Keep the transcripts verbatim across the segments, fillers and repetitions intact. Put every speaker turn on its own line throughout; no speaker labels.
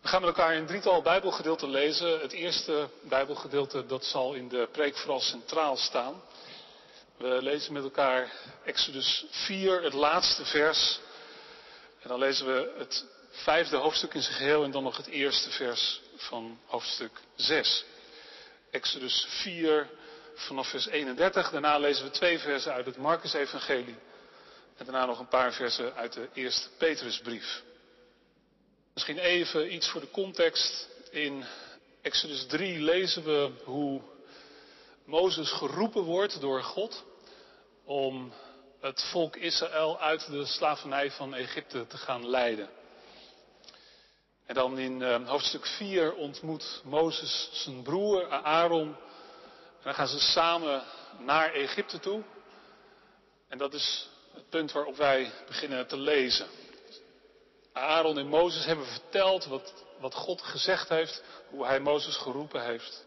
We gaan met elkaar een drietal bijbelgedeelten lezen. Het eerste bijbelgedeelte dat zal in de preek vooral centraal staan. We lezen met elkaar Exodus vier, het laatste vers. En dan lezen we het vijfde hoofdstuk in zijn geheel en dan nog het eerste vers van hoofdstuk zes. Exodus vier vanaf vers eenendertig. Daarna lezen we twee versen uit het Markus-evangelie. En daarna nog een paar versen uit de eerste Petrusbrief. Misschien even iets voor de context. In Exodus drie lezen we hoe Mozes geroepen wordt door God om het volk Israël uit de slavernij van Egypte te gaan leiden. En dan in uh, hoofdstuk vier ontmoet Mozes zijn broer Aaron. En dan gaan ze samen naar Egypte toe. En dat is het punt waarop wij beginnen te lezen. Aaron en Mozes hebben verteld wat, wat God gezegd heeft, hoe hij Mozes geroepen heeft.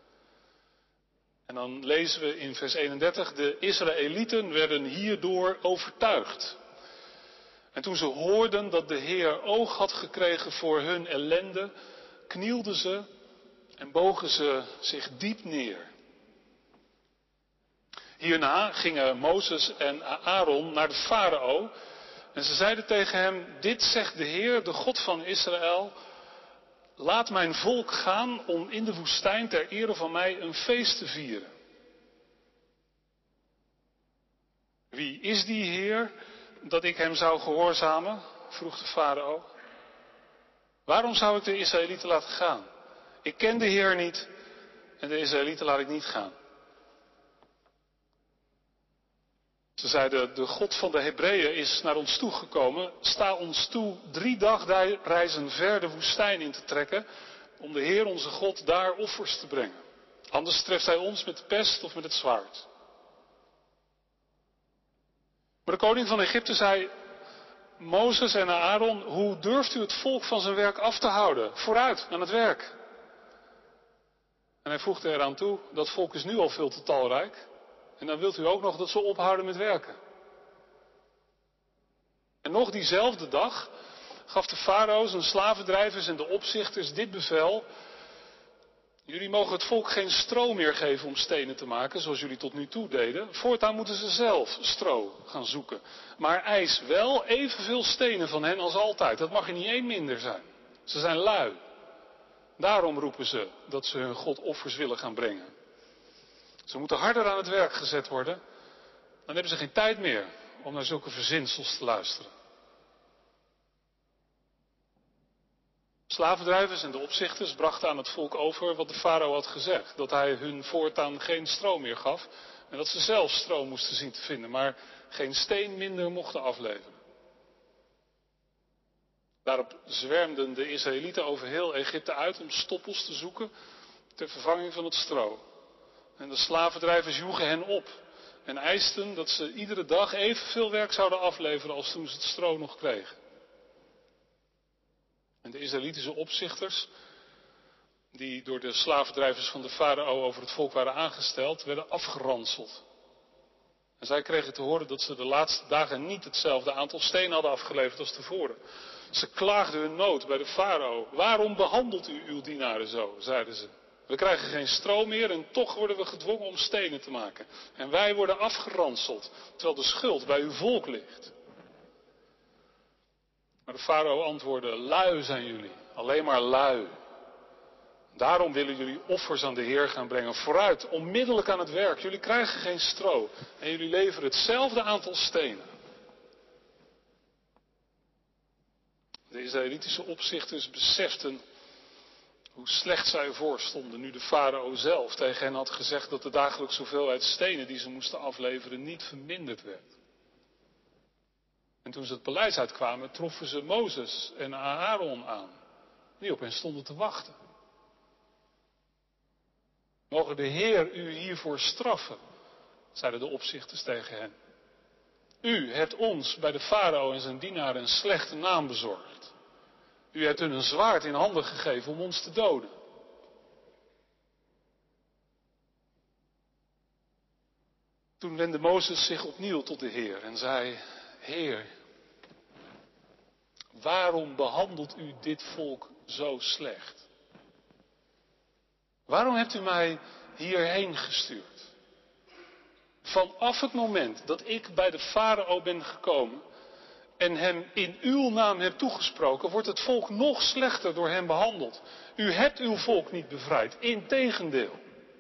En dan lezen we in vers eenendertig, de Israëlieten werden hierdoor overtuigd. En toen ze hoorden dat de Heer oog had gekregen voor hun ellende, knielden ze en bogen ze zich diep neer. Hierna gingen Mozes en Aaron naar de farao en ze zeiden tegen hem, dit zegt de Heer, de God van Israël, laat mijn volk gaan om in de woestijn ter ere van mij een feest te vieren. Wie is die Heer dat ik hem zou gehoorzamen? Vroeg de farao. Waarom zou ik de Israëlieten laten gaan? Ik ken de Heer niet en de Israëlieten laat ik niet gaan. Ze zeiden, de God van de Hebreeën is naar ons toegekomen. Sta ons toe drie dagreizen ver de woestijn in te trekken om de Heer onze God daar offers te brengen. Anders treft hij ons met de pest of met het zwaard. Maar de koning van Egypte zei, Mozes en Aaron, hoe durft u het volk van zijn werk af te houden? Vooruit, aan het werk. En hij voegde eraan toe, dat volk is nu al veel te talrijk. En dan wilt u ook nog dat ze ophouden met werken. En nog diezelfde dag gaf de farao zijn slavendrijvers en de opzichters dit bevel. Jullie mogen het volk geen stro meer geven om stenen te maken, zoals jullie tot nu toe deden. Voortaan moeten ze zelf stro gaan zoeken. Maar eis wel evenveel stenen van hen als altijd. Dat mag er niet één minder zijn. Ze zijn lui. Daarom roepen ze dat ze hun God offers willen gaan brengen. Ze moeten harder aan het werk gezet worden. Dan hebben ze geen tijd meer om naar zulke verzinsels te luisteren. Slavendrijvers en de opzichters brachten aan het volk over wat de farao had gezegd. Dat hij hun voortaan geen stro meer gaf. En dat ze zelf stro moesten zien te vinden. Maar geen steen minder mochten afleveren. Daarop zwermden de Israëlieten over heel Egypte uit om stoppels te zoeken ter vervanging van het stro. En de slavendrijvers joegen hen op en eisten dat ze iedere dag evenveel werk zouden afleveren als toen ze het stro nog kregen. En de Israëlitische opzichters, die door de slavendrijvers van de farao over het volk waren aangesteld, werden afgeranseld. En zij kregen te horen dat ze de laatste dagen niet hetzelfde aantal stenen hadden afgeleverd als tevoren. Ze klaagden hun nood bij de farao. Waarom behandelt u uw dienaren zo, zeiden ze. We krijgen geen stro meer en toch worden we gedwongen om stenen te maken. En wij worden afgeranseld, terwijl de schuld bij uw volk ligt. Maar de farao antwoordde, lui zijn jullie, alleen maar lui. Daarom willen jullie offers aan de Heer gaan brengen. Vooruit, onmiddellijk aan het werk. Jullie krijgen geen stro en jullie leveren hetzelfde aantal stenen. De Israëlitische opzichters beseften hoe slecht zij ervoor stonden nu de farao zelf tegen hen had gezegd dat de dagelijkse hoeveelheid stenen die ze moesten afleveren niet verminderd werd. En toen ze het paleis uitkwamen, troffen ze Mozes en Aaron aan, die op hen stonden te wachten. Mogen de Heer u hiervoor straffen, zeiden de opzichters tegen hen. U hebt ons bij de farao en zijn dienaren een slechte naam bezorgd. U hebt hun een zwaard in handen gegeven om ons te doden. Toen wendde Mozes zich opnieuw tot de Heer en zei, Heer, waarom behandelt u dit volk zo slecht? Waarom hebt u mij hierheen gestuurd? Vanaf het moment dat ik bij de farao ben gekomen en hem in uw naam heb toegesproken, wordt het volk nog slechter door hem behandeld. U hebt uw volk niet bevrijd, integendeel.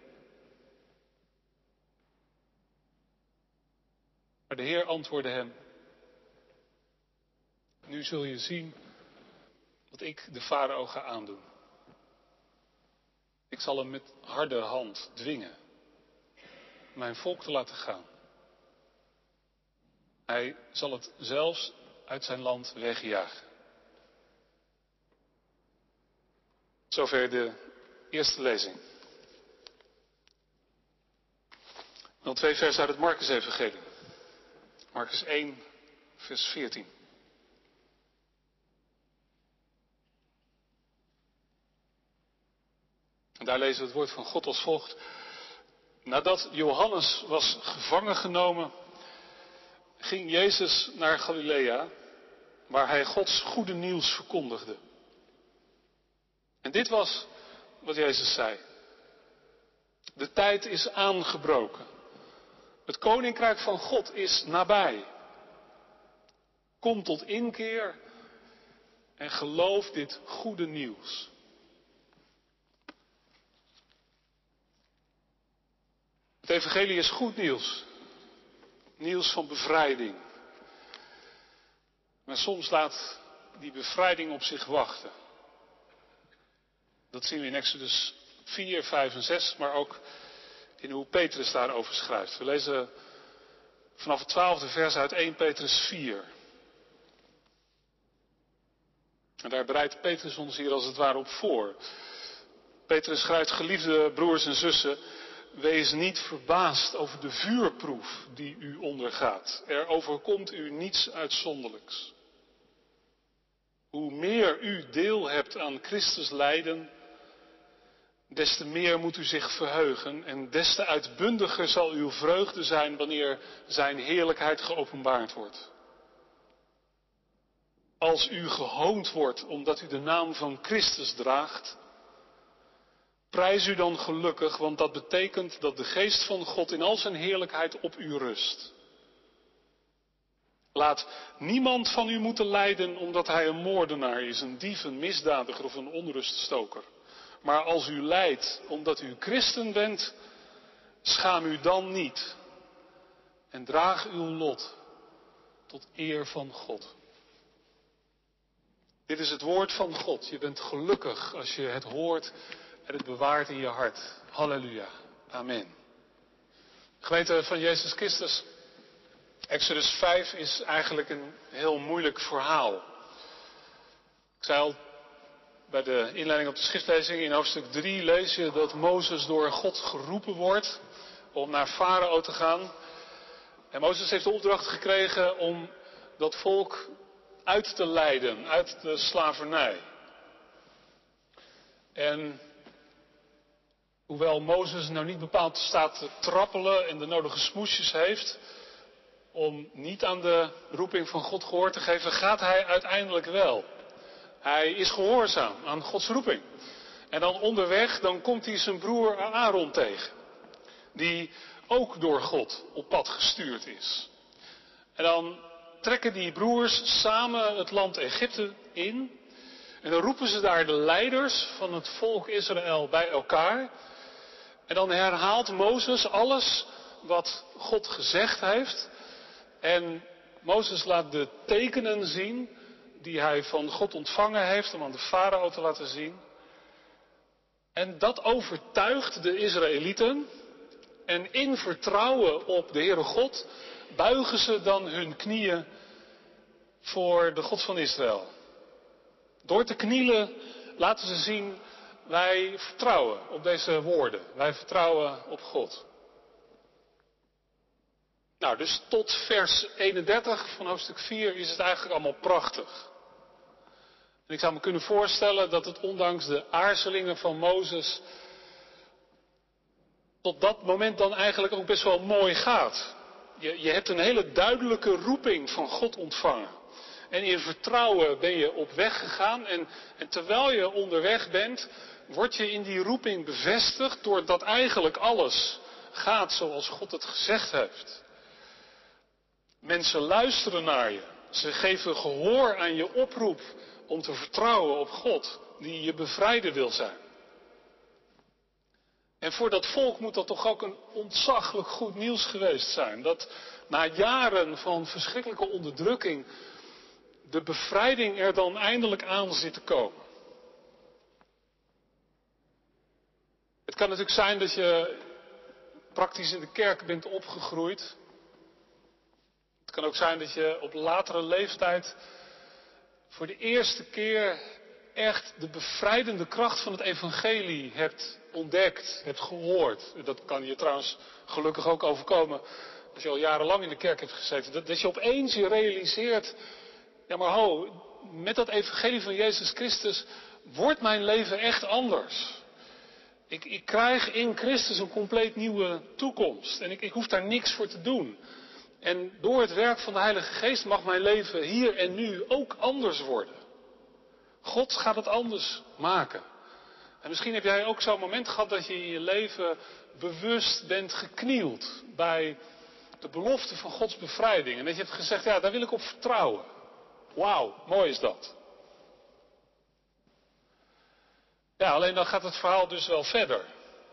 Maar de Heer antwoordde hem: nu zul je zien wat ik de farao ga aandoen. Ik zal hem met harde hand dwingen mijn volk te laten gaan. Hij zal het zelfs uit zijn land wegjagen. Zover de eerste lezing. Dan twee versen uit het Markus-evangelie. Markus één, vers veertien. En daar lezen we het woord van God als volgt. Nadat Johannes was gevangen genomen, ging Jezus naar Galilea, waar hij Gods goede nieuws verkondigde. En dit was wat Jezus zei. De tijd is aangebroken. Het koninkrijk van God is nabij. Kom tot inkeer en geloof dit goede nieuws. Het evangelie is goed nieuws. Nieuws van bevrijding. Maar soms laat die bevrijding op zich wachten. Dat zien we in Exodus vier, vijf en zes, maar ook in hoe Petrus daarover schrijft. We lezen vanaf het twaalfde vers uit eerste Petrus vier. En daar bereidt Petrus ons hier als het ware op voor. Petrus schrijft: geliefde broers en zussen, wees niet verbaasd over de vuurproef die u ondergaat. Er overkomt u niets uitzonderlijks. Hoe meer u deel hebt aan Christus lijden, des te meer moet u zich verheugen en des te uitbundiger zal uw vreugde zijn wanneer zijn heerlijkheid geopenbaard wordt. Als u gehoond wordt omdat u de naam van Christus draagt, prijs u dan gelukkig, want dat betekent dat de geest van God in al zijn heerlijkheid op u rust. Laat niemand van u moeten lijden omdat hij een moordenaar is, een dief, een misdadiger of een onruststoker. Maar als u lijdt omdat u christen bent, schaam u dan niet en draag uw lot tot eer van God. Dit is het woord van God. Je bent gelukkig als je het hoort en het bewaart in je hart. Halleluja. Amen. Gemeente van Jezus Christus. Exodus vijf is eigenlijk een heel moeilijk verhaal. Ik zei al bij de inleiding op de schriftlezing, in hoofdstuk drie lees je dat Mozes door God geroepen wordt om naar Farao te gaan. En Mozes heeft de opdracht gekregen om dat volk uit te leiden, uit de slavernij. En hoewel Mozes nou niet bepaald staat te trappelen en de nodige smoesjes heeft om niet aan de roeping van God gehoor te geven, gaat hij uiteindelijk wel. Hij is gehoorzaam aan Gods roeping. En dan onderweg, dan komt hij zijn broer Aaron tegen. Die ook door God op pad gestuurd is. En dan trekken die broers samen het land Egypte in. En dan roepen ze daar de leiders van het volk Israël bij elkaar. En dan herhaalt Mozes alles wat God gezegd heeft. En Mozes laat de tekenen zien die hij van God ontvangen heeft om aan de farao te laten zien. En dat overtuigt de Israëlieten. En in vertrouwen op de Heere God buigen ze dan hun knieën voor de God van Israël. Door te knielen laten ze zien: wij vertrouwen op deze woorden. Wij vertrouwen op God. Nou, dus tot vers eenendertig van hoofdstuk vier is het eigenlijk allemaal prachtig. En ik zou me kunnen voorstellen dat het ondanks de aarzelingen van Mozes tot dat moment dan eigenlijk ook best wel mooi gaat. Je, je hebt een hele duidelijke roeping van God ontvangen. En in vertrouwen ben je op weg gegaan. En, en terwijl je onderweg bent, word je in die roeping bevestigd doordat eigenlijk alles gaat zoals God het gezegd heeft. Mensen luisteren naar je. Ze geven gehoor aan je oproep om te vertrouwen op God, die je bevrijder wil zijn. En voor dat volk moet dat toch ook een ontzaglijk goed nieuws geweest zijn. Dat na jaren van verschrikkelijke onderdrukking de bevrijding er dan eindelijk aan zit te komen. Het kan natuurlijk zijn dat je praktisch in de kerk bent opgegroeid. Het kan ook zijn dat je op latere leeftijd voor de eerste keer echt de bevrijdende kracht van het evangelie hebt ontdekt, hebt gehoord. Dat kan je trouwens gelukkig ook overkomen als je al jarenlang in de kerk hebt gezeten. Dat, dat je opeens je realiseert, ja maar ho, met dat evangelie van Jezus Christus wordt mijn leven echt anders. Ik, ik krijg in Christus een compleet nieuwe toekomst en ik, ik hoef daar niks voor te doen. En door het werk van de Heilige Geest mag mijn leven hier en nu ook anders worden. God gaat het anders maken. En misschien heb jij ook zo'n moment gehad dat je in je leven bewust bent geknield bij de belofte van Gods bevrijding. En dat je hebt gezegd, ja, daar wil ik op vertrouwen. Wauw, mooi is dat. Ja, alleen dan gaat het verhaal dus wel verder.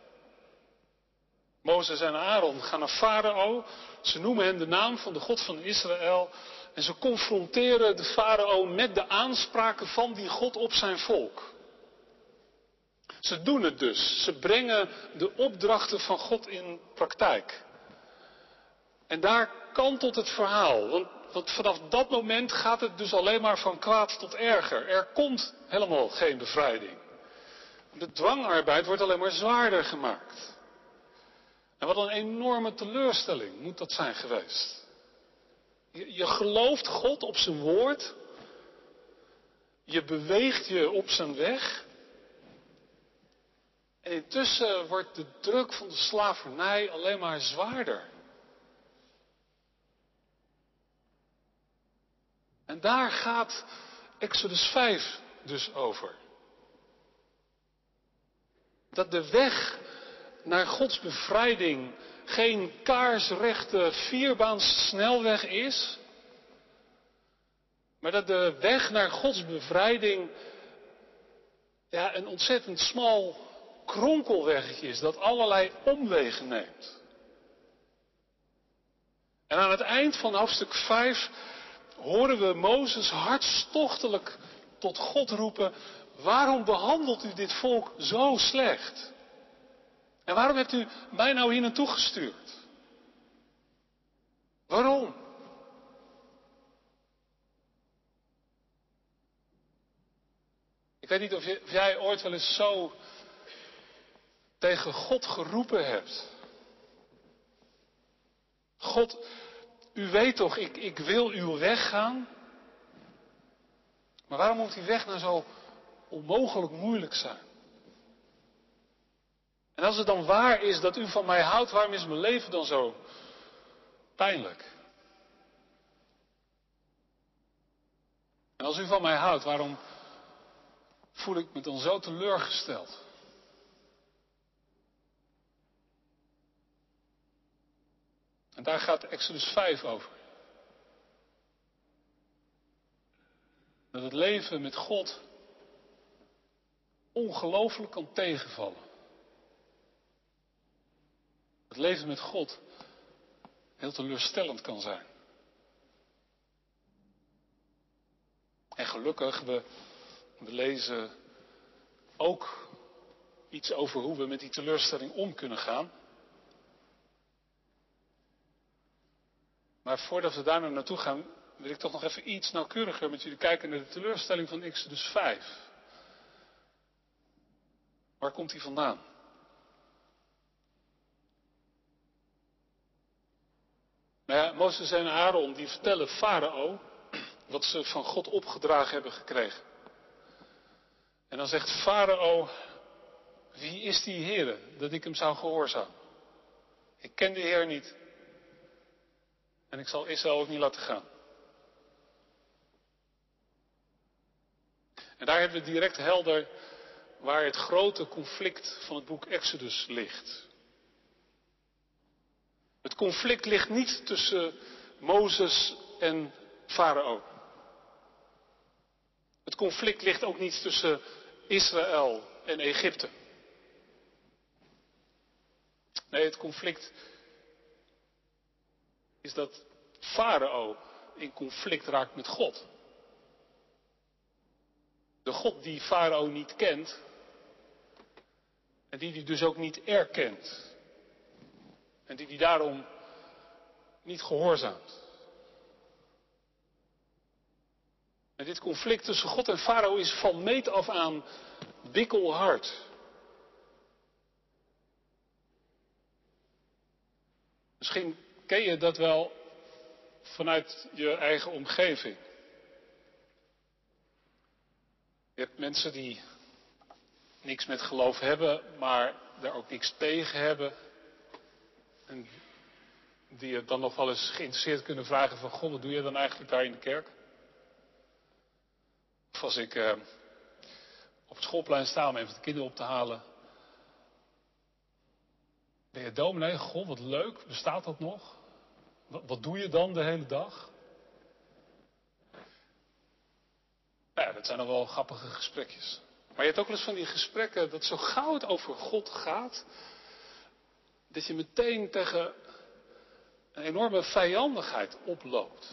Mozes en Aaron gaan naar Farao. Ze noemen hem de naam van de God van Israël. En ze confronteren de farao met de aanspraken van die God op zijn volk. Ze doen het dus. Ze brengen de opdrachten van God in praktijk. En daar kantelt het verhaal. Want, want vanaf dat moment gaat het dus alleen maar van kwaad tot erger. Er komt helemaal geen bevrijding. De dwangarbeid wordt alleen maar zwaarder gemaakt. En wat een enorme teleurstelling moet dat zijn geweest. Je, je gelooft God op zijn woord. Je beweegt je op zijn weg. En intussen wordt de druk van de slavernij alleen maar zwaarder. En daar gaat Exodus vijf dus over. Dat de weg naar Gods bevrijding geen kaarsrechte vierbaans snelweg is. Maar dat de weg naar Gods bevrijding ja, een ontzettend smal kronkelweggetje is. Dat allerlei omwegen neemt. En aan het eind van hoofdstuk vijf horen we Mozes hartstochtelijk tot God roepen. Waarom behandelt u dit volk zo slecht? En waarom hebt u mij nou hier naartoe gestuurd? Waarom? Ik weet niet of, je, of jij ooit wel eens zo tegen God geroepen hebt. God, u weet toch, ik, ik wil uw weg gaan. Maar waarom moet die weg nou zo onmogelijk moeilijk zijn? En als het dan waar is dat u van mij houdt, waarom is mijn leven dan zo pijnlijk? En als u van mij houdt, waarom voel ik me dan zo teleurgesteld? En daar gaat Exodus vijf over. Dat het leven met God ongelooflijk kan tegenvallen. Het leven met God heel teleurstellend kan zijn. En gelukkig, we, we lezen ook iets over hoe we met die teleurstelling om kunnen gaan. Maar voordat we daar nou naartoe gaan, wil ik toch nog even iets nauwkeuriger met jullie kijken naar de teleurstelling van Exodus vijf. Waar komt die vandaan? Nou ja, Mozes en Aaron die vertellen Farao wat ze van God opgedragen hebben gekregen. En dan zegt Farao, wie is die Heere dat ik hem zou gehoorzamen? Ik ken de Heer niet. En ik zal Israël ook niet laten gaan. En daar hebben we direct helder waar het grote conflict van het boek Exodus ligt. Het conflict ligt niet tussen Mozes en Farao. Het conflict ligt ook niet tussen Israël en Egypte. Nee, het conflict is dat Farao in conflict raakt met God. De God die Farao niet kent en die hij dus ook niet erkent. En die hij daarom niet gehoorzaamt. En dit conflict tussen God en Farao is van meet af aan bikkelhard. Misschien ken je dat wel vanuit je eigen omgeving. Je hebt mensen die niks met geloof hebben, maar daar ook niks tegen hebben. En die je dan nog wel eens geïnteresseerd kunnen vragen van, God, wat doe je dan eigenlijk daar in de kerk? Of als ik eh, op het schoolplein sta om even de kinderen op te halen. Ben je dominee? God, wat leuk. Bestaat dat nog? Wat, wat doe je dan de hele dag? Nou ja, dat zijn dan wel grappige gesprekjes. Maar je hebt ook wel eens van die gesprekken dat zo gauw het over God gaat, dat je meteen tegen een enorme vijandigheid oploopt.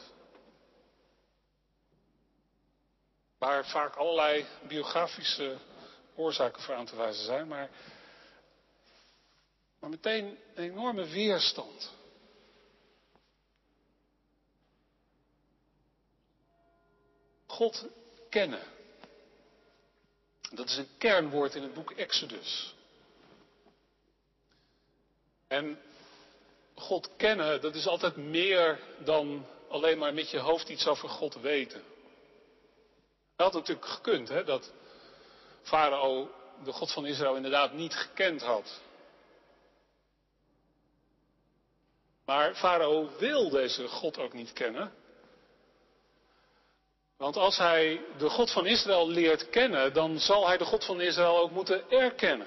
Waar vaak allerlei biografische oorzaken voor aan te wijzen zijn, maar, maar meteen een enorme weerstand. God kennen. Dat is een kernwoord in het boek Exodus. En God kennen, dat is altijd meer dan alleen maar met je hoofd iets over God weten. Dat had natuurlijk gekund, hè, dat Farao de God van Israël inderdaad niet gekend had. Maar Farao wil deze God ook niet kennen. Want als hij de God van Israël leert kennen, dan zal hij de God van Israël ook moeten erkennen.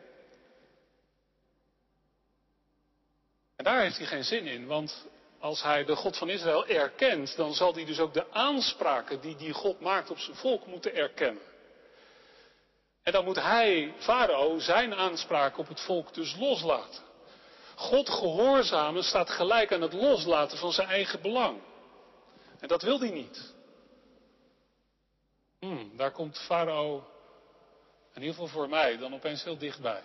En daar heeft hij geen zin in, want als hij de God van Israël erkent, dan zal hij dus ook de aanspraken die die God maakt op zijn volk moeten erkennen. En dan moet hij, Farao, zijn aanspraak op het volk dus loslaten. God gehoorzamen staat gelijk aan het loslaten van zijn eigen belang. En dat wil hij niet. Hmm, daar komt Farao, in ieder geval voor mij, dan opeens heel dichtbij.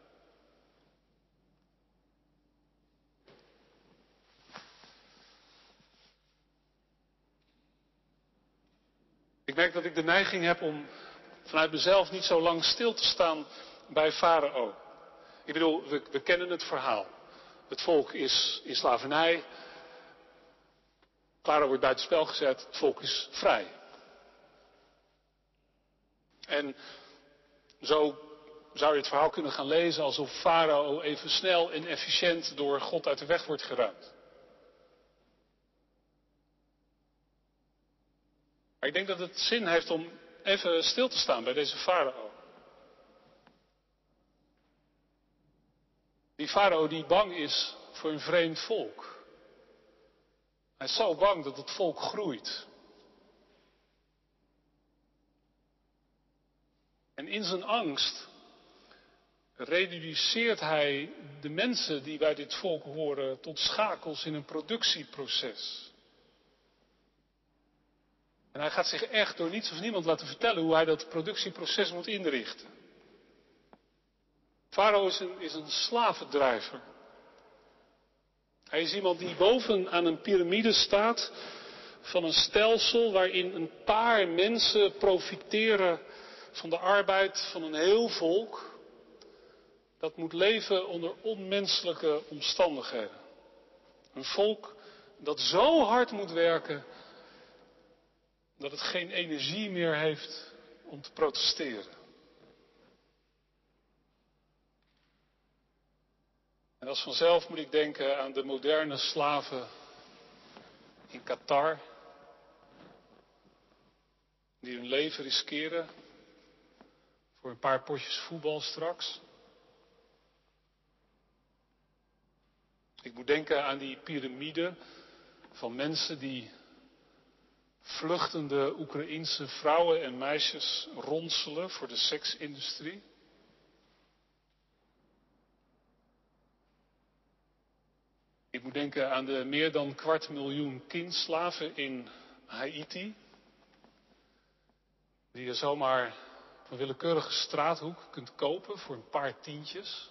Ik merk dat ik de neiging heb om vanuit mezelf niet zo lang stil te staan bij Farao. Ik bedoel, we, we kennen het verhaal. Het volk is in slavernij. Farao wordt buitenspel gezet. Het volk is vrij. En zo zou je het verhaal kunnen gaan lezen alsof Farao even snel en efficiënt door God uit de weg wordt geruimd. Maar ik denk dat het zin heeft om even stil te staan bij deze Farao. Die Farao die bang is voor een vreemd volk. Hij is zo bang dat het volk groeit. En in zijn angst reduceert hij de mensen die bij dit volk horen tot schakels in een productieproces. En hij gaat zich echt door niets of niemand laten vertellen hoe hij dat productieproces moet inrichten. Farao is een, is een slavendrijver. Hij is iemand die boven aan een piramide staat van een stelsel waarin een paar mensen profiteren van de arbeid van een heel volk. Dat moet leven onder onmenselijke omstandigheden. Een volk dat zo hard moet werken dat het geen energie meer heeft om te protesteren. En als vanzelf moet ik denken aan de moderne slaven in Qatar, die hun leven riskeren Voor een paar potjes voetbal straks. Ik moet denken aan die piramide van mensen die vluchtende Oekraïense vrouwen en meisjes ronselen voor de seksindustrie. Ik moet denken aan de meer dan kwart miljoen kindslaven in Haiti, die je zomaar op een willekeurige straathoek kunt kopen voor een paar tientjes.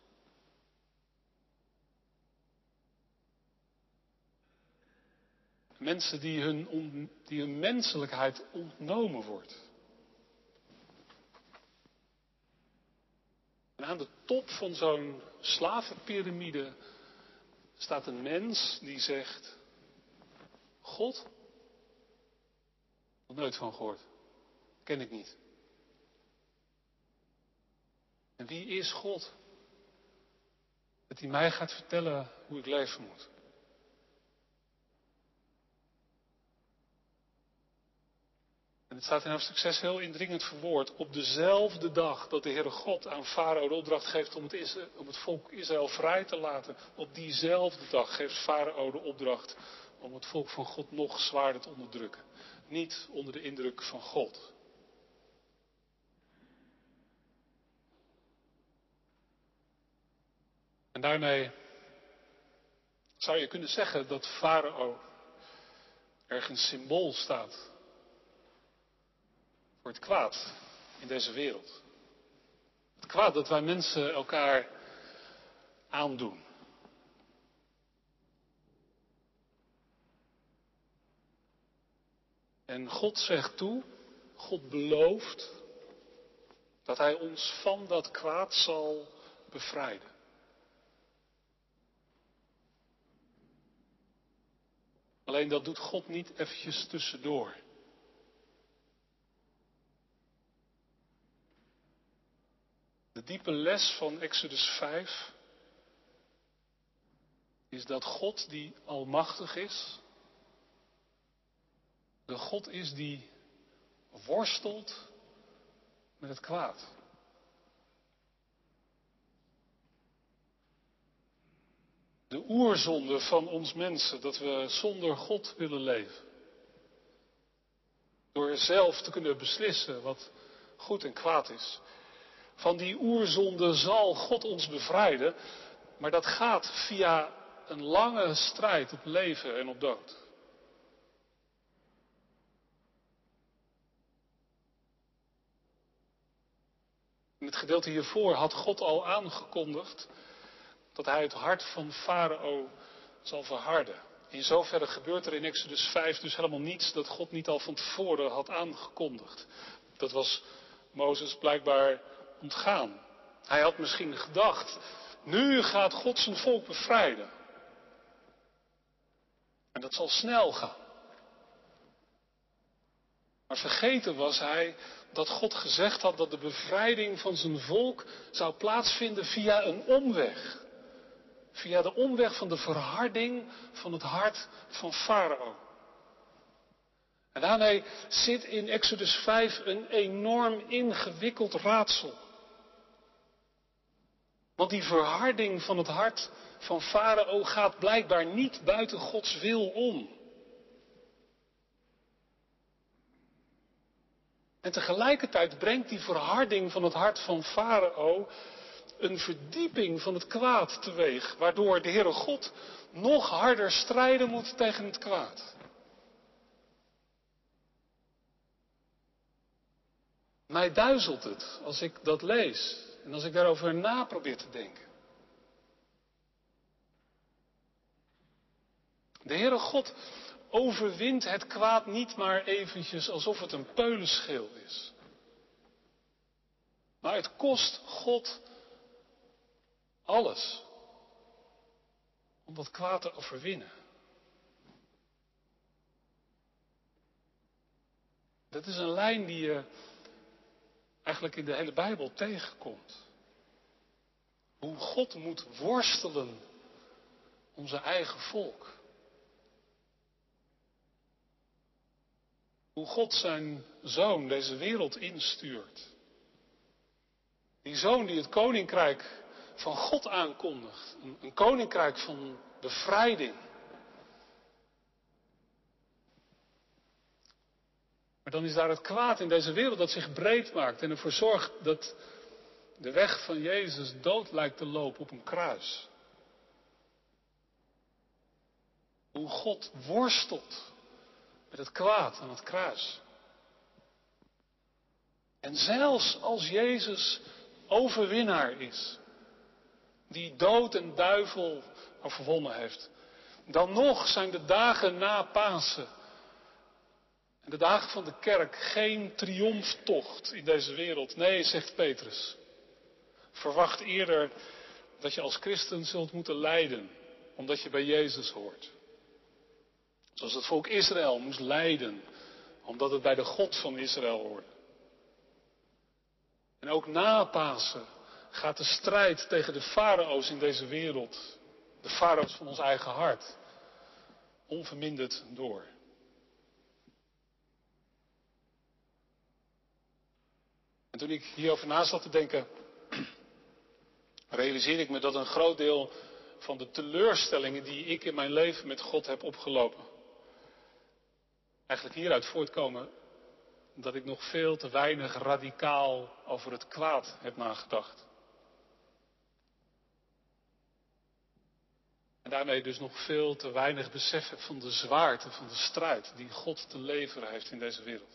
Mensen die hun, on, die hun menselijkheid ontnomen wordt. En aan de top van zo'n slavenpiramide staat een mens die zegt: God? Nog nooit van gehoord. Ken ik niet. En wie is God? Dat hij mij gaat vertellen hoe ik leven moet. En het staat in hoofdstuk zes heel indringend verwoord. Op dezelfde dag dat de Heere God aan Farao de opdracht geeft om het, Israël, om het volk Israël vrij te laten. Op diezelfde dag geeft Farao de opdracht om het volk van God nog zwaarder te onderdrukken. Niet onder de indruk van God. En daarmee zou je kunnen zeggen dat Farao ergens symbool staat voor het kwaad in deze wereld. Het kwaad dat wij mensen elkaar aandoen. En God zegt toe, God belooft dat Hij ons van dat kwaad zal bevrijden. Alleen dat doet God niet eventjes tussendoor. De diepe les van Exodus vijf is dat God die almachtig is, de God is die worstelt met het kwaad. De oerzonde van ons mensen, dat we zonder God willen leven. Door zelf te kunnen beslissen wat goed en kwaad is. Van die oerzonde zal God ons bevrijden, maar dat gaat via een lange strijd op leven en op dood. In het gedeelte hiervoor had God al aangekondigd dat hij het hart van Farao zal verharden. In zoverre gebeurt er in Exodus vijf dus helemaal niets dat God niet al van tevoren had aangekondigd. Dat was Mozes blijkbaar ontgaan. Hij had misschien gedacht, nu gaat God zijn volk bevrijden. En dat zal snel gaan. Maar vergeten was hij dat God gezegd had dat de bevrijding van zijn volk zou plaatsvinden via een omweg. Via de omweg van de verharding van het hart van Farao. En daarmee zit in Exodus vijf een enorm ingewikkeld raadsel. Want die verharding van het hart van Farao gaat blijkbaar niet buiten Gods wil om. En tegelijkertijd brengt die verharding van het hart van Farao een verdieping van het kwaad teweeg, waardoor de Heere God nog harder strijden moet tegen het kwaad. Mij duizelt het als ik dat lees en als ik daarover na probeer te denken. De Heere God overwint het kwaad niet maar eventjes alsof het een peulenschil is. Maar het kost God alles om dat kwaad te overwinnen. Dat is een lijn die je eigenlijk in de hele Bijbel tegenkomt. Hoe God moet worstelen om zijn eigen volk. Hoe God zijn zoon deze wereld instuurt. Die zoon die het koninkrijk van God aankondigt. Een, een koninkrijk van bevrijding. Maar dan is daar het kwaad in deze wereld dat zich breed maakt en ervoor zorgt dat de weg van Jezus dood lijkt te lopen op een kruis. Hoe God worstelt met het kwaad aan het kruis. En zelfs als Jezus overwinnaar is, die dood en duivel overwonnen heeft, dan nog zijn de dagen na Pasen en de dagen van de kerk geen triomftocht in deze wereld. Nee, zegt Petrus. Verwacht eerder dat je als christen zult moeten lijden, omdat je bij Jezus hoort. Zoals het volk Israël moest lijden, omdat het bij de God van Israël hoorde. En ook na Pasen gaat de strijd tegen de farao's in deze wereld, de farao's van ons eigen hart, onverminderd door. En toen ik hierover na zat te denken, realiseerde ik me dat een groot deel van de teleurstellingen die ik in mijn leven met God heb opgelopen, eigenlijk hieruit voortkomen dat ik nog veel te weinig radicaal over het kwaad heb nagedacht. En daarmee dus nog veel te weinig besef heb van de zwaarte van de strijd die God te leveren heeft in deze wereld.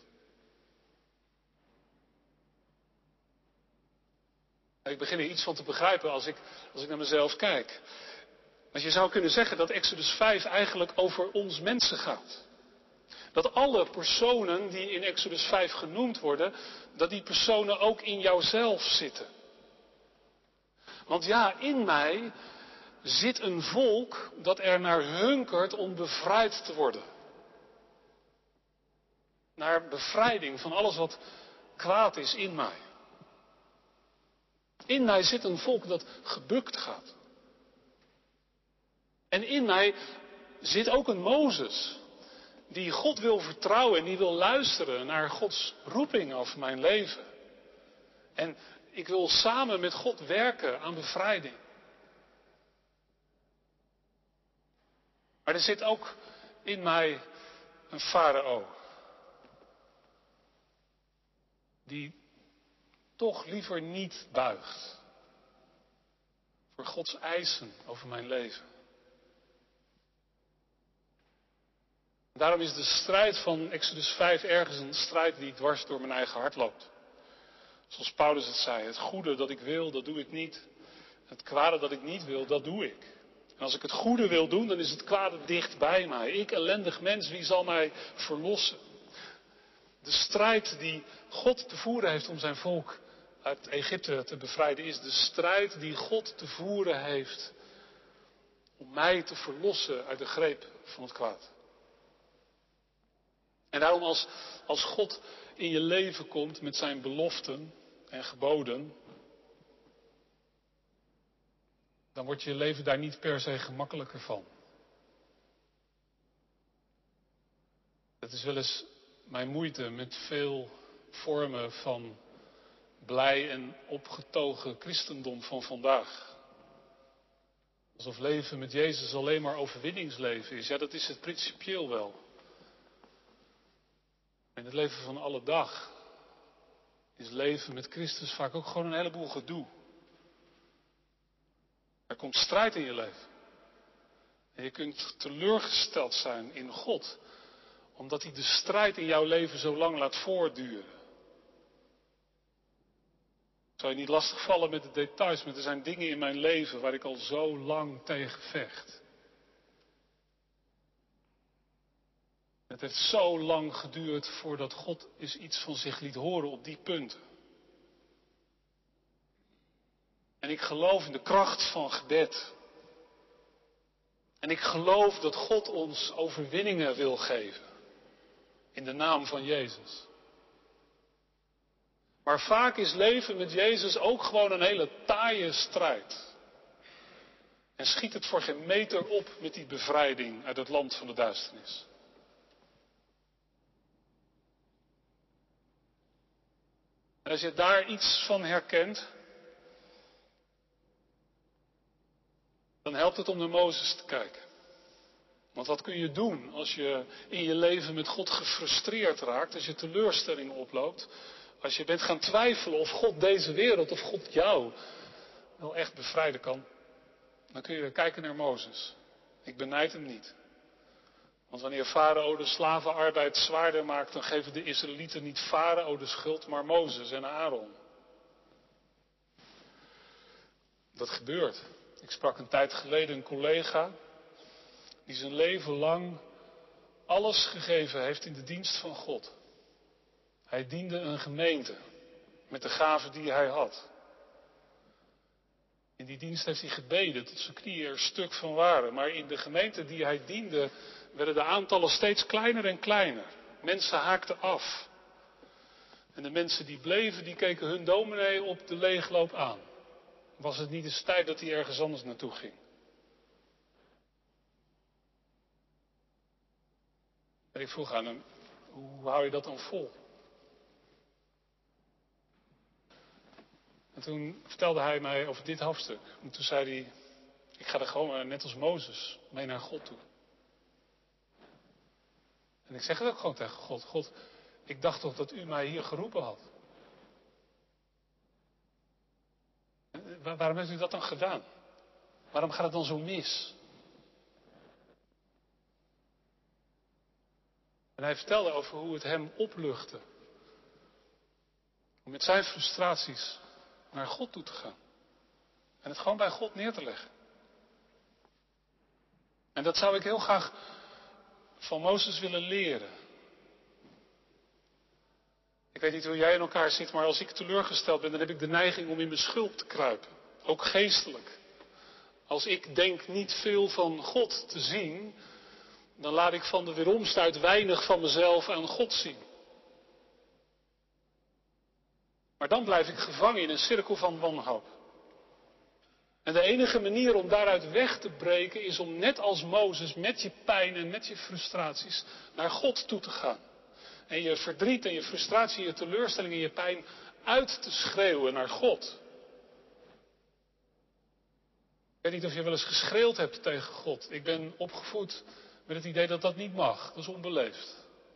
En ik begin er iets van te begrijpen als ik, als ik naar mezelf kijk. Want je zou kunnen zeggen dat Exodus vijf eigenlijk over ons mensen gaat. Dat alle personen die in Exodus vijf genoemd worden, dat die personen ook in jouzelf zitten. Want ja, in mij zit een volk dat er naar hunkert om bevrijd te worden. Naar bevrijding van alles wat kwaad is in mij. In mij zit een volk dat gebukt gaat. En in mij zit ook een Mozes die God wil vertrouwen en die wil luisteren naar Gods roeping over mijn leven. En ik wil samen met God werken aan bevrijding. Maar er zit ook in mij een farao. Die toch liever niet buigt voor Gods eisen over mijn leven. Daarom is de strijd van Exodus vijf ergens een strijd die dwars door mijn eigen hart loopt. Zoals Paulus het zei, het goede dat ik wil, dat doe ik niet. Het kwade dat ik niet wil, dat doe ik. En als ik het goede wil doen, dan is het kwade dicht bij mij. Ik, ellendig mens, wie zal mij verlossen? De strijd die God te voeren heeft om zijn volk uit Egypte te bevrijden, is de strijd die God te voeren heeft om mij te verlossen uit de greep van het kwaad. En daarom als, als God in je leven komt met zijn beloften en geboden, dan wordt je leven daar niet per se gemakkelijker van. Het is wel eens mijn moeite met veel vormen van blij en opgetogen christendom van vandaag. Alsof leven met Jezus alleen maar overwinningsleven is. Ja, dat is het principieel wel. In het leven van alle dag is leven met Christus vaak ook gewoon een heleboel gedoe. Er komt strijd in je leven. En je kunt teleurgesteld zijn in God, omdat hij de strijd in jouw leven zo lang laat voortduren. Ik zal je niet lastigvallen met de details, maar er zijn dingen in mijn leven waar ik al zo lang tegen vecht. Het heeft zo lang geduurd voordat God eens iets van zich liet horen op die punten. En ik geloof in de kracht van gebed. En ik geloof dat God ons overwinningen wil geven. In de naam van Jezus. Maar vaak is leven met Jezus ook gewoon een hele taaie strijd. En schiet het voor geen meter op met die bevrijding uit het land van de duisternis. En als je daar iets van herkent, Dan helpt het om naar Mozes te kijken. Want wat kun je doen als je in je leven met God gefrustreerd raakt, als je teleurstellingen oploopt, als je bent gaan twijfelen of God deze wereld, of God jou wel echt bevrijden kan? Dan kun je kijken naar Mozes. Ik benijd hem niet. Want wanneer Farao de slavenarbeid zwaarder maakt, dan geven de Israëlieten niet Farao de schuld, maar Mozes en Aaron. Dat gebeurt. Ik sprak een tijd geleden een collega die zijn leven lang alles gegeven heeft in de dienst van God. Hij diende een gemeente met de gaven die hij had. In die dienst heeft hij gebeden tot zijn knieën er stuk van waren. Maar in de gemeente die hij diende werden de aantallen steeds kleiner en kleiner. Mensen haakten af. En de mensen die bleven, die keken hun dominee op de leegloop aan. Was het niet eens tijd dat hij ergens anders naartoe ging? En ik vroeg aan hem, hoe hou je dat dan vol? En toen vertelde hij mij over dit hoofdstuk. En toen zei hij, ik ga er gewoon net als Mozes mee naar God toe. En ik zeg het ook gewoon tegen God. God, ik dacht toch dat u mij hier geroepen had. Waarom heeft u dat dan gedaan? Waarom gaat het dan zo mis? En hij vertelde over hoe het hem opluchtte. Om met zijn frustraties naar God toe te gaan. En het gewoon bij God neer te leggen. En dat zou ik heel graag van Mozes willen leren. Ik weet niet hoe jij in elkaar zit, maar als ik teleurgesteld ben, dan heb ik de neiging om in mijn schulp te kruipen. Ook geestelijk. Als ik denk niet veel van God te zien, dan laat ik van de weeromstuit weinig van mezelf aan God zien. Maar dan blijf ik gevangen in een cirkel van wanhoop. En de enige manier om daaruit weg te breken is om net als Mozes met je pijn en met je frustraties naar God toe te gaan. En je verdriet en je frustratie, je teleurstelling en je pijn uit te schreeuwen naar God. Ik weet niet of je wel eens geschreeuwd hebt tegen God. Ik ben opgevoed met het idee dat dat niet mag. Dat is onbeleefd.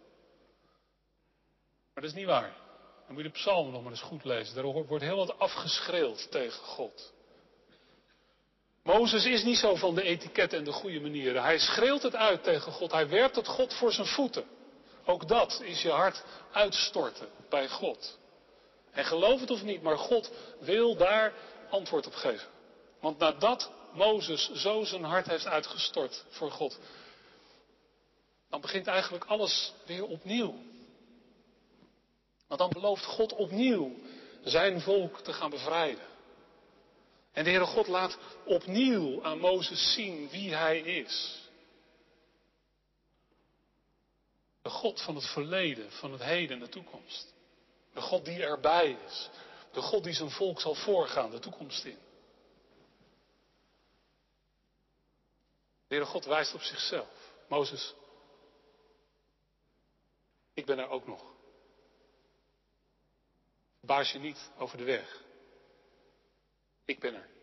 Maar dat is niet waar. Dan moet je de psalmen nog maar eens goed lezen. Daar wordt heel wat afgeschreeuwd tegen God. Mozes is niet zo van de etiket en de goede manieren. Hij schreeuwt het uit tegen God. Hij werpt het God voor zijn voeten. Ook dat is je hart uitstorten bij God. En geloof het of niet, maar God wil daar antwoord op geven. Want nadat Mozes zo zijn hart heeft uitgestort voor God, dan begint eigenlijk alles weer opnieuw. Want dan belooft God opnieuw zijn volk te gaan bevrijden. En de Heere God laat opnieuw aan Mozes zien wie hij is. De God van het verleden, van het heden en de toekomst. De God die erbij is. De God die zijn volk zal voorgaan, de toekomst in. De Heere God wijst op zichzelf. Mozes, ik ben er ook nog. Baas je niet over de weg. Ik ben er.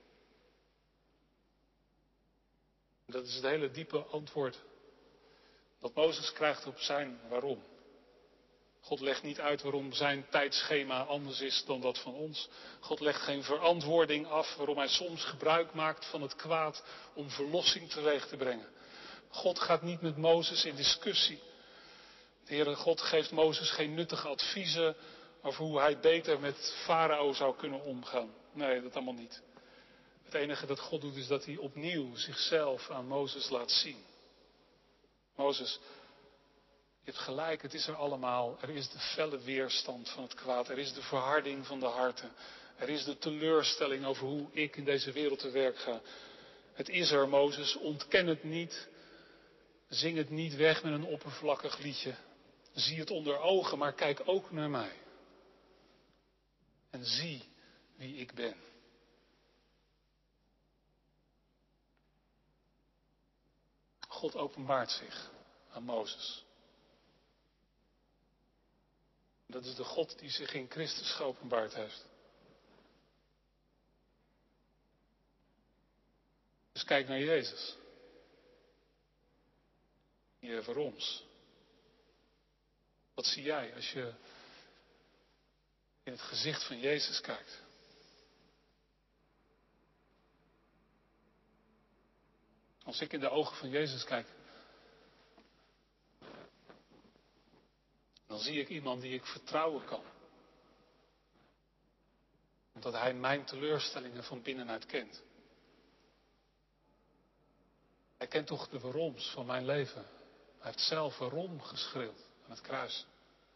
Dat is het hele diepe antwoord dat Mozes krijgt op zijn waarom. God legt niet uit waarom zijn tijdschema anders is dan dat van ons. God legt geen verantwoording af waarom hij soms gebruik maakt van het kwaad om verlossing teweeg te brengen. God gaat niet met Mozes in discussie. De Heere God geeft Mozes geen nuttige adviezen over hoe hij beter met Farao zou kunnen omgaan. Nee, dat allemaal niet. Het enige dat God doet is dat hij opnieuw zichzelf aan Mozes laat zien. Mozes, je hebt gelijk, het is er allemaal. Er is de felle weerstand van het kwaad. Er is de verharding van de harten. Er is de teleurstelling over hoe ik in deze wereld te werk ga. Het is er, Mozes, ontken het niet. Zing het niet weg met een oppervlakkig liedje. Zie het onder ogen, maar kijk ook naar mij. En zie wie ik ben. God openbaart zich aan Mozes. Dat is de God die zich in Christus geopenbaard heeft. Dus kijk naar Jezus. Hier voor ons. Wat zie jij als je in het gezicht van Jezus kijkt? Als ik in de ogen van Jezus kijk, dan zie ik iemand die ik vertrouwen kan. Omdat hij mijn teleurstellingen van binnenuit kent. Hij kent toch de waaroms van mijn leven. Hij heeft zelf waarom geschreeuwd aan het kruis.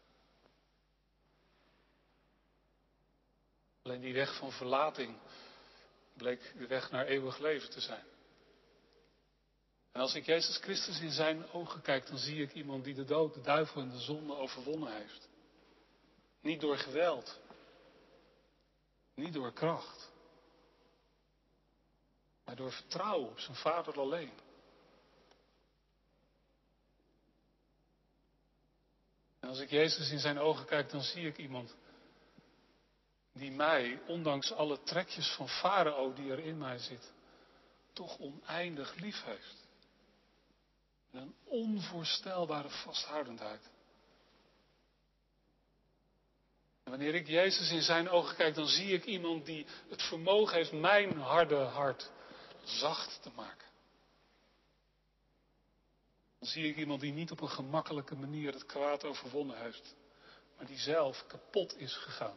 Alleen die weg van verlating bleek de weg naar eeuwig leven te zijn. En als ik Jezus Christus in zijn ogen kijk, dan zie ik iemand die de dood, de duivel en de zonde overwonnen heeft. Niet door geweld. Niet door kracht. Maar door vertrouwen op zijn Vader alleen. En als ik Jezus in zijn ogen kijk, dan zie ik iemand die mij, ondanks alle trekjes van Farao die er in mij zit, toch oneindig lief heeft. Met een onvoorstelbare vasthoudendheid. En wanneer ik Jezus in zijn ogen kijk, dan zie ik iemand die het vermogen heeft mijn harde hart zacht te maken. Dan zie ik iemand die niet op een gemakkelijke manier het kwaad overwonnen heeft, maar die zelf kapot is gegaan.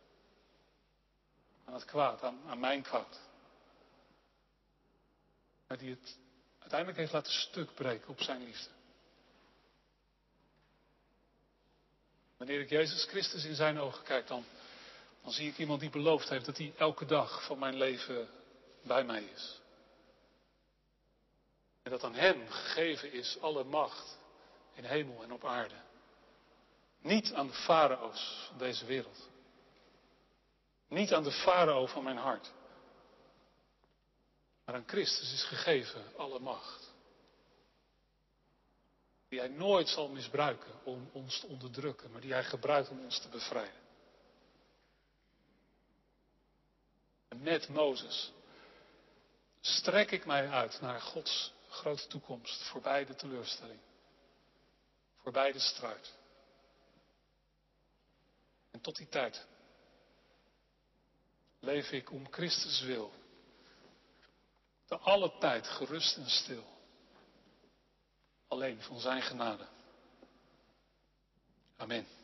Aan het kwaad, aan, aan mijn kwaad. Maar die het uiteindelijk heeft laten stukbreken op zijn liefde. Wanneer ik Jezus Christus in zijn ogen kijk, dan, dan zie ik iemand die beloofd heeft dat hij elke dag van mijn leven bij mij is. En dat aan hem gegeven is alle macht in hemel en op aarde. Niet aan de farao's van deze wereld. Niet aan de farao van mijn hart. Maar aan Christus is gegeven alle macht. Die hij nooit zal misbruiken om ons te onderdrukken, maar die hij gebruikt om ons te bevrijden. En met Mozes strek ik mij uit naar Gods grote toekomst, voorbij de teleurstelling, voorbij de strijd. En tot die tijd leef ik om Christus wil, te alle tijd gerust en stil, alleen van zijn genade. Amen.